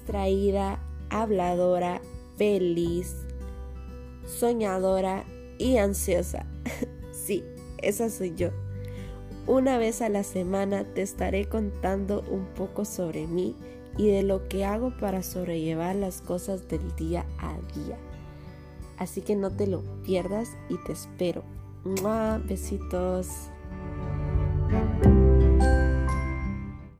distraída, habladora, feliz, soñadora y ansiosa. Sí, esa soy yo. Una vez a la semana te estaré contando un poco sobre mí y de lo que hago para sobrellevar las cosas del día a día. Así que no te lo pierdas y te espero. ¡Mua! Besitos.